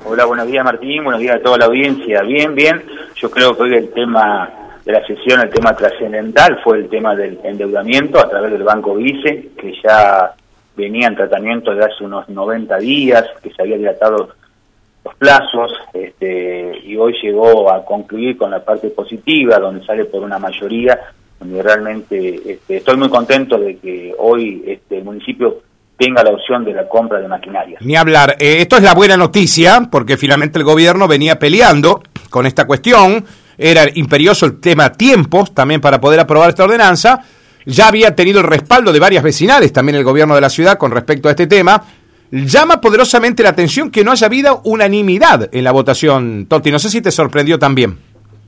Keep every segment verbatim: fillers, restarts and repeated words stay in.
Hola, buenos días Martín, buenos días a toda la audiencia. Bien, bien, yo creo que hoy el tema de la sesión, el tema trascendental fue el tema del endeudamiento a través del Banco Vice, que ya venía en tratamiento de hace unos noventa días, que se había dilatado los plazos, este, y hoy llegó a concluir con la parte positiva, donde sale por una mayoría, donde realmente este, estoy muy contento de que hoy este, el municipio tenga la opción de la compra de maquinaria. Ni hablar. Eh, esto es la buena noticia, porque finalmente el gobierno venía peleando con esta cuestión. Era imperioso el tema tiempos también para poder aprobar esta ordenanza. Ya había tenido el respaldo de varias vecinales, también el gobierno de la ciudad, con respecto a este tema. Llama poderosamente la atención que no haya habido unanimidad en la votación. Toti, no sé si te sorprendió también.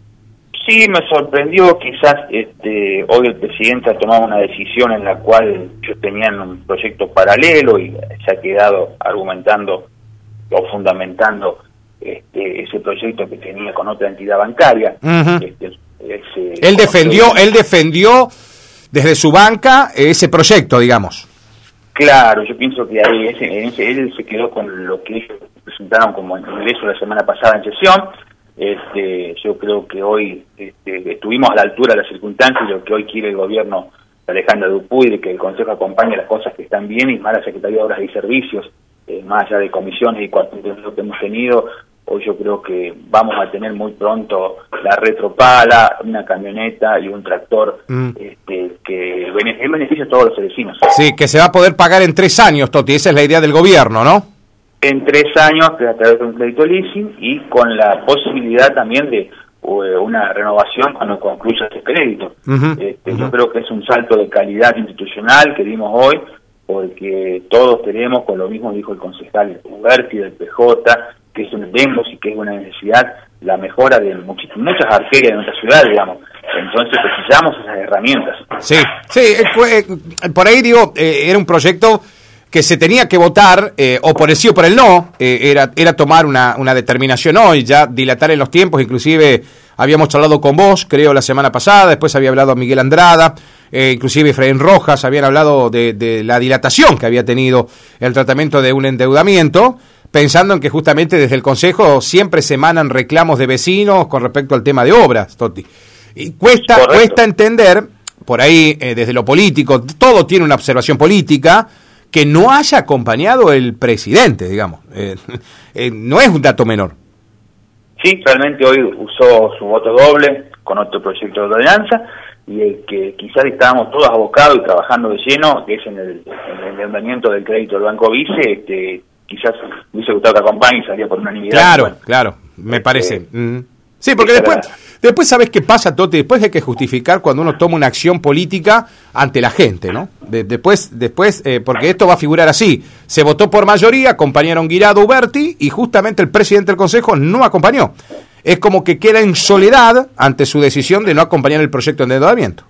Sí, me sorprendió, quizás este, hoy el presidente ha tomado una decisión en la cual ellos tenían un proyecto paralelo y se ha quedado argumentando o fundamentando este, ese proyecto que tenía con otra entidad bancaria. Uh-huh. este, ese, él defendió, él defendió desde su banca ese proyecto, digamos. Claro, yo pienso que ahí ese, ese, él se quedó con lo que ellos presentaron como ingreso la semana pasada en sesión. Este, yo creo que hoy este, estuvimos a la altura de las circunstancias y lo que hoy quiere el gobierno de Alejandra Dupuy, de que el Consejo acompañe las cosas que están bien, y más la Secretaría de Obras y Servicios, eh, más allá de comisiones y cuanto que hemos tenido, hoy yo creo que vamos a tener muy pronto la retropala, una camioneta y un tractor mm. este, que beneficia a todos los vecinos. Sí, que se va a poder pagar en tres años, Toti, esa es la idea del gobierno, ¿no? En tres años, a través de un crédito leasing y con la posibilidad también de uh, una renovación cuando concluya ese crédito. Uh-huh, este, uh-huh. Yo creo que es un salto de calidad institucional que dimos hoy, porque todos tenemos, con lo mismo dijo el concejal Huberti del P J, que es un demos y que es una necesidad, la mejora de much- muchas arterias de nuestra ciudad, digamos. Entonces precisamos esas herramientas. Sí, sí, eh, por ahí digo, eh, era un proyecto que se tenía que votar, eh, o por el sí o por el no, eh, era era tomar una, una determinación hoy, ya dilatar en los tiempos. Inclusive habíamos charlado con vos, creo, la semana pasada, después había hablado Miguel Andrada, eh, inclusive Efraín Rojas, habían hablado de, de la dilatación que había tenido el tratamiento de un endeudamiento, pensando en que justamente desde el Consejo siempre se emanan reclamos de vecinos con respecto al tema de obras, Toti. Y cuesta, cuesta entender, por ahí, eh, desde lo político, todo tiene una observación política, que no haya acompañado el presidente, digamos. Eh, eh, no es un dato menor. Sí, realmente hoy usó su voto doble con otro proyecto de ordenanza, y el que quizás estábamos todos abocados y trabajando de lleno, que es en el, en el endeudamiento del crédito del Banco Vice, este, quizás hubiese gustado que acompañe y salía por unanimidad. Claro, bueno, claro, me este, parece. Mm. Sí, porque después, después ¿sabes qué pasa, Toti? Después hay que justificar cuando uno toma una acción política ante la gente, ¿no? De, después, después eh, porque esto va a figurar así. Se votó por mayoría, acompañaron Guirado, Uberti, y justamente el presidente del Consejo no acompañó. Es como que queda en soledad ante su decisión de no acompañar el proyecto de endeudamiento.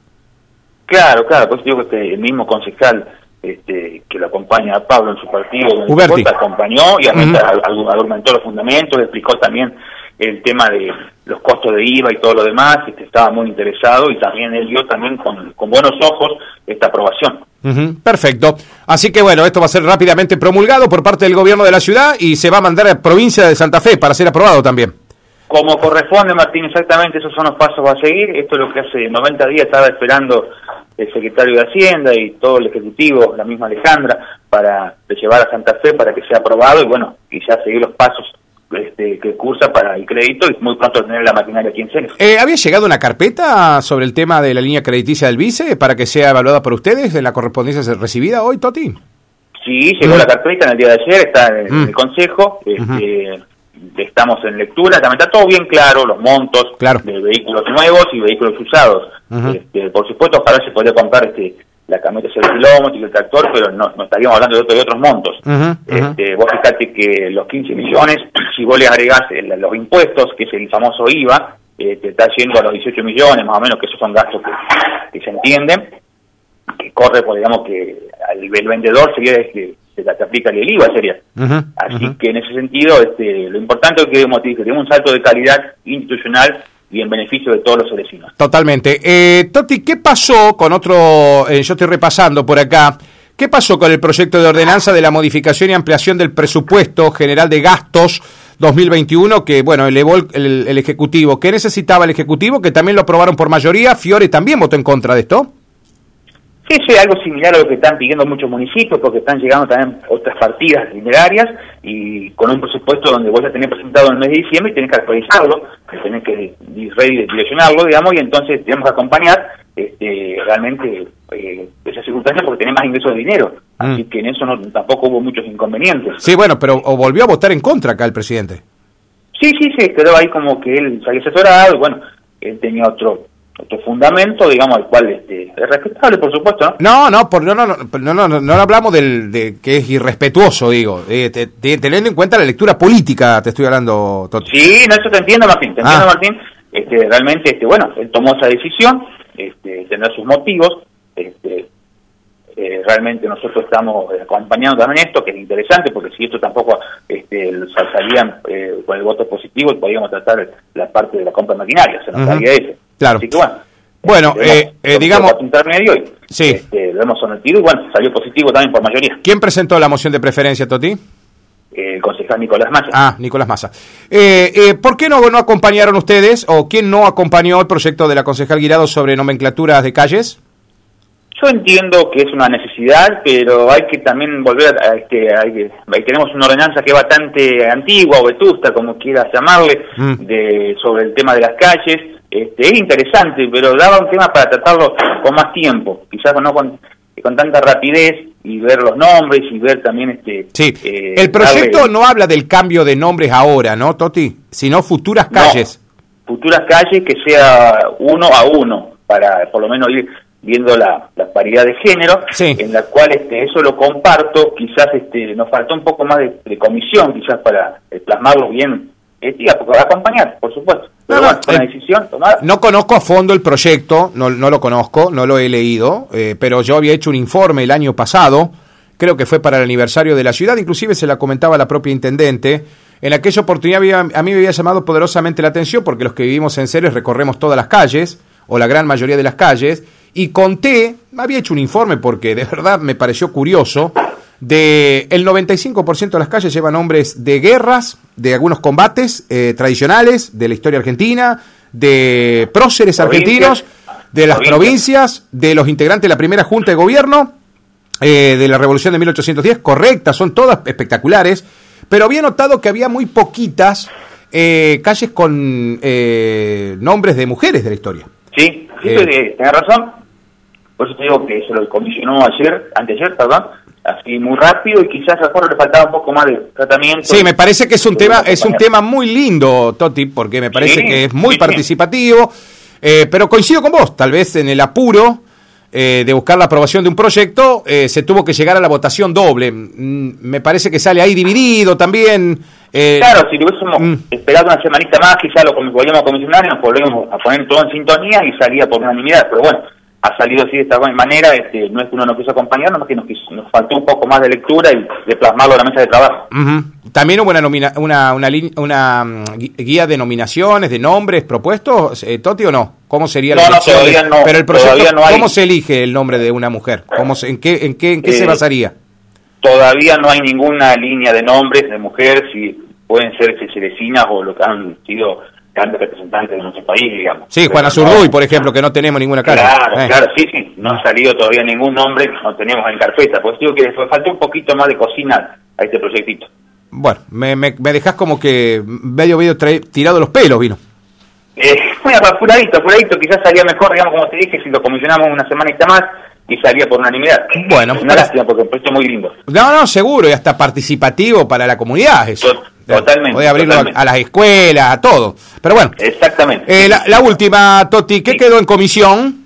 Claro, claro, pues digo que el mismo concejal este, que lo acompaña a Pablo en su partido, Uberti, acompañó y uh-huh. argumentó los fundamentos, explicó también el tema de los costos de I V A y todo lo demás, este, estaba muy interesado, y también él vio también con, con buenos ojos esta aprobación. Uh-huh, perfecto. Así que bueno, esto va a ser rápidamente promulgado por parte del gobierno de la ciudad y se va a mandar a la provincia de Santa Fe para ser aprobado también. Como corresponde, Martín, exactamente, esos son los pasos a seguir. Esto es lo que hace noventa días estaba esperando el secretario de Hacienda y todo el Ejecutivo, la misma Alejandra, para llevar a Santa Fe para que sea aprobado, y bueno, y ya seguir los pasos Este, que cursa para el crédito y muy pronto tener la maquinaria aquí en Ceres. Eh, ¿Había llegado una carpeta sobre el tema de la línea crediticia del Vice para que sea evaluada por ustedes en la correspondencia recibida hoy, Toti? Sí, llegó mm. la carpeta en el día de ayer, está en mm. el Consejo, este, uh-huh. estamos en lectura, también está todo bien claro, los montos claro. de vehículos nuevos y vehículos usados. Uh-huh. Este, por supuesto, para se podría comprar este la camioneta cero kilómetros y el tractor, pero no, no estaríamos hablando de, otro, de otros montos. Uh-huh, este, uh-huh. Vos fijate que los quince millones, si vos le agregás el, los impuestos, que es el famoso I V A, eh, te está yendo a los dieciocho millones, más o menos, que esos son gastos que, que se entienden, que corre, por digamos, que al el vendedor sería este, se te aplica el I V A, sería. Uh-huh, Así uh-huh. que en ese sentido, este, lo importante es que, como te dije, tenemos un salto de calidad institucional y en beneficio de todos los vecinos. Totalmente. Eh, Toti, ¿qué pasó con otro, eh, yo estoy repasando por acá, qué pasó con el proyecto de ordenanza de la modificación y ampliación del presupuesto general de gastos dos mil veintiuno, que bueno, elevó el, el, el Ejecutivo. ¿Qué necesitaba el Ejecutivo? Que también lo aprobaron por mayoría. Fiore también votó en contra de esto. Sí, sí, algo similar a lo que están pidiendo muchos municipios, porque están llegando también otras partidas dinerarias y con un presupuesto donde vos ya tenés presentado en el mes de diciembre y tenés que actualizarlo, tenés que redireccionarlo, digamos, y entonces tenemos que acompañar este, realmente eh, esa circunstancia porque tenés más ingresos de dinero. Mm. Así que en eso no, tampoco hubo muchos inconvenientes. Sí, bueno, pero o volvió a votar en contra acá el presidente. Sí, sí, sí, quedó ahí como que él se había asesorado y bueno, él tenía otro... otro fundamento, digamos, al cual este, es respetable, por supuesto, ¿no? No, no, por, no, no, no, no, no, no, no hablamos del, de que es irrespetuoso, digo, eh, te, te, teniendo en cuenta la lectura política, te estoy hablando, Toti. Sí, no, eso te entiendo, Martín, te entiendo, ah. Martín, este, realmente, este, bueno, él tomó esa decisión, este, tendrá sus motivos, este, eh, realmente nosotros estamos acompañando también esto, que es interesante, porque si esto tampoco este, salían eh, con el voto positivo, podríamos tratar la parte de la compra de maquinaria, se nos salía uh-huh. ese. Claro. Así que bueno, bueno este, eh, eh, digamos... intermedio y, sí. este, lo hemos sometido y bueno, salió positivo también por mayoría. ¿Quién presentó la moción de preferencia, Toti? Eh, el concejal Nicolás Massa. Ah, Nicolás Massa. Eh, eh, ¿Por qué no, no acompañaron ustedes, o quién no acompañó el proyecto de la concejal Guirado sobre nomenclaturas de calles? Yo entiendo que es una necesidad, pero hay que también volver a, a este, hay que, ahí tenemos una ordenanza que es bastante antigua o vetusta, como quieras llamarle, mm. de sobre el tema de las calles. Este, es interesante, pero daba un tema para tratarlo con más tiempo, quizás no con, con tanta rapidez y ver los nombres y ver también este. Sí. Eh, el proyecto darle... no habla del cambio de nombres ahora, ¿no, Toti? Sino futuras calles. No, futuras calles que sea uno a uno para por lo menos ir viendo la, la paridad de género, sí. en la cual este, eso lo comparto, quizás este, nos faltó un poco más de, de comisión, quizás para eh, plasmarlo bien, eh, y acompañar, por supuesto. Pero no, bueno, no, una eh, decisión tomada. No conozco a fondo el proyecto, no, no lo conozco, no lo he leído, eh, pero yo había hecho un informe el año pasado, creo que fue para el aniversario de la ciudad, inclusive se la comentaba la propia intendente. En aquella oportunidad había, a mí me había llamado poderosamente la atención, porque los que vivimos en Ceres recorremos todas las calles, o la gran mayoría de las calles, y conté, había hecho un informe porque de verdad me pareció curioso, de el noventa y cinco por ciento de las calles llevan nombres de guerras, de algunos combates eh, tradicionales de la historia argentina, de próceres argentinos, de las provincias, de los integrantes de la primera junta de gobierno, eh, de la revolución de mil ochocientos diez, correctas, son todas espectaculares, pero había notado que había muy poquitas eh, calles con eh, nombres de mujeres de la historia. Sí, sí, eh, tenés razón. Por eso te digo que se lo comisionó ayer, anteayer, perdón, así muy rápido y quizás a Jorge le faltaba un poco más de tratamiento. Sí, me parece que es un tema es un tema muy lindo, Toti, porque me parece sí, que es muy sí, participativo, eh, pero coincido con vos, tal vez en el apuro eh, de buscar la aprobación de un proyecto eh, se tuvo que llegar a la votación doble. Mm, me parece que sale ahí dividido también. Eh, claro, si lo hubiésemos mm. esperado una semanita más, quizás lo volvíamos a comisionar y nos volvíamos a poner todo en sintonía y salía por unanimidad, pero bueno, ha salido así de esta manera, este, no es que uno no quiso acompañar, nomás que nos, quiso, nos faltó un poco más de lectura y de plasmarlo en la mesa de trabajo. Uh-huh. ¿También hubo una, nomina, una, una, una, una guía de nominaciones, de nombres propuestos, eh, Toti, o no? ¿Cómo sería no, la elección? No, todavía no. Pero el proyecto, no hay... ¿cómo se elige el nombre de una mujer? ¿Cómo se, ¿En qué, en qué, en qué eh, se basaría? Todavía no hay ninguna línea de nombres de mujer, si pueden ser ceselecinas o lo que han sido grandes representantes de nuestro país, digamos. Sí, Juana Zurduy, no, por ejemplo, que no tenemos ninguna cara. Claro, eh. claro, sí, sí, no ha salido todavía ningún nombre, no tenemos en carpeta, pues digo que falta un poquito más de cocina a este proyectito. Bueno, me, me, me dejás como que medio medio tirado los pelos, vino. Eh, bueno, apuradito, apuradito, quizás salía mejor, digamos, como te dije, si lo comisionamos una semanita más y salía por unanimidad. Bueno. Una lástima, porque el proyecto es muy lindo. No, no, seguro, y hasta participativo para la comunidad, eso. Totalmente. Puede abrirlo totalmente. A, a las escuelas, a todo. Pero bueno. Exactamente. Eh, la, la última, Toti, ¿qué sí. quedó en comisión?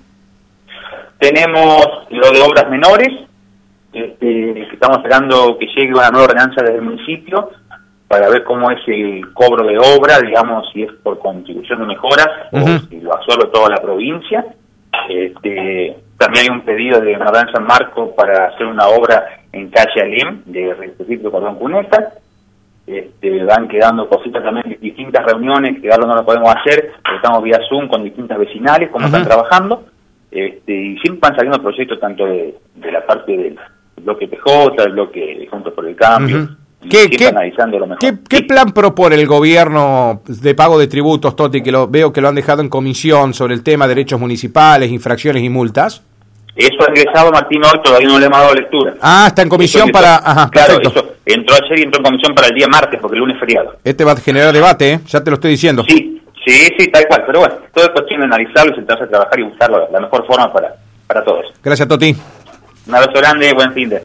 Tenemos lo de obras menores. Este, estamos esperando que llegue una nueva ordenanza desde el municipio para ver cómo es el cobro de obra, digamos, si es por contribución de mejoras uh-huh. o si lo absorbe toda la provincia. Este, también hay un pedido de una ordenanza en marco para hacer una obra en calle Alem, de Reciclo Cordón Cuneta. Este, van quedando cositas también de distintas reuniones, que ahora no lo podemos hacer, estamos vía Zoom con distintas vecinales, como uh-huh. están trabajando, este, y siempre van saliendo proyectos tanto de, de la parte del bloque P J, del bloque de Juntos por el Cambio, uh-huh. ¿Qué, qué, analizando lo mejor. ¿qué, ¿Qué sí. plan propone el gobierno de pago de tributos, Toti, que lo veo que lo han dejado en comisión sobre el tema de derechos municipales, infracciones y multas? Eso ha ingresado, Martín, hoy todavía no le hemos dado lectura. Ah, está en comisión eso, para... Eso, Ajá, claro, perfecto. eso entró ayer y entró en comisión para el día martes, porque el lunes es feriado. Este va a generar debate, ¿eh? Ya te lo estoy diciendo. Sí, sí, sí, tal cual. Pero bueno, todo es cuestión de analizarlo y sentarse a trabajar y buscar la, la mejor forma para, para todos. Gracias, Toti. Un abrazo grande, buen fin de